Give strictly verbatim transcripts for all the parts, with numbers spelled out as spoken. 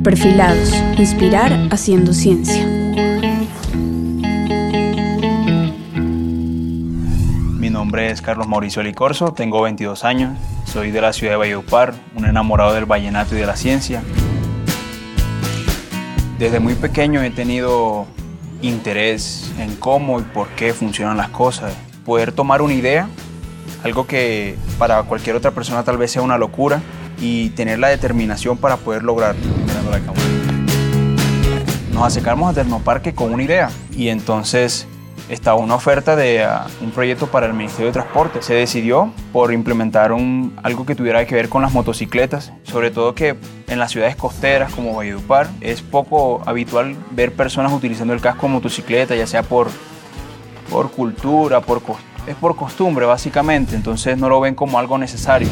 Perfilados, inspirar haciendo ciencia. Mi nombre es Carlos Mauricio Licorzo, tengo veintidós años, soy de la ciudad de Valledupar, un enamorado del vallenato y de la ciencia. Desde muy pequeño he tenido interés en cómo y por qué funcionan las cosas. Poder tomar una idea, algo que para cualquier otra persona tal vez sea una locura, y tener la determinación para poder lograrlo. Nos acercamos a Tecnoparque con una idea y entonces estaba una oferta de uh, un proyecto para el Ministerio de Transporte. Se decidió por implementar un, algo que tuviera que ver con las motocicletas, sobre todo que en las ciudades costeras como Valledupar es poco habitual ver personas utilizando el casco de motocicleta, ya sea por, por cultura, por, es por costumbre básicamente, entonces no lo ven como algo necesario.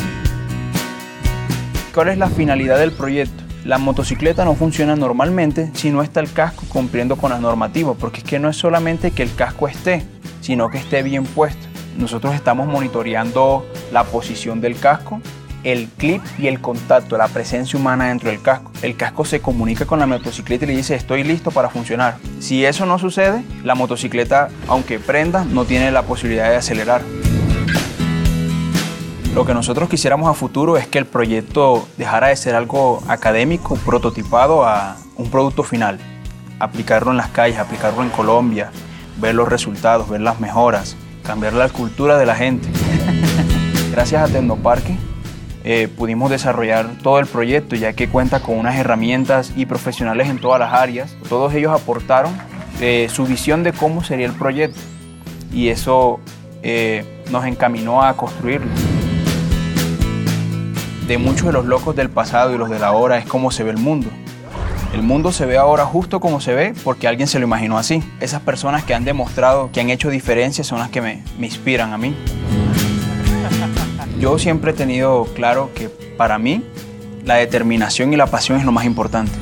¿Cuál es la finalidad del proyecto? La motocicleta no funciona normalmente si no está el casco cumpliendo con las normativas, porque es que no es solamente que el casco esté, sino que esté bien puesto. Nosotros estamos monitoreando la posición del casco, el clip y el contacto, la presencia humana dentro del casco. El casco se comunica con la motocicleta y le dice estoy listo para funcionar. Si eso no sucede, la motocicleta, aunque prenda, no tiene la posibilidad de acelerar. Lo que nosotros quisiéramos a futuro es que el proyecto dejara de ser algo académico, prototipado, a un producto final. Aplicarlo en las calles, aplicarlo en Colombia, ver los resultados, ver las mejoras, cambiar la cultura de la gente. Gracias a Tecnoparque eh, pudimos desarrollar todo el proyecto, ya que cuenta con unas herramientas y profesionales en todas las áreas. Todos ellos aportaron eh, su visión de cómo sería el proyecto y eso eh, nos encaminó a construirlo. De muchos de los locos del pasado y los de la hora es cómo se ve el mundo. El mundo se ve ahora justo como se ve porque alguien se lo imaginó así. Esas personas que han demostrado, que han hecho diferencias son las que me, me inspiran a mí. Yo siempre he tenido claro que para mí la determinación y la pasión es lo más importante.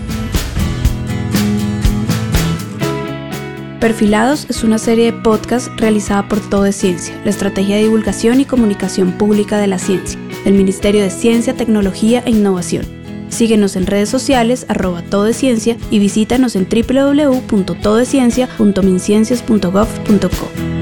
Perfilados es una serie de podcasts realizada por Todo es Ciencia, la estrategia de divulgación y comunicación pública de la ciencia, del Ministerio de Ciencia, Tecnología e Innovación. Síguenos en redes sociales, arroba Todo es Ciencia, y visítanos en doble u doble u doble u punto todo es ciencia punto minciencias punto gov punto co.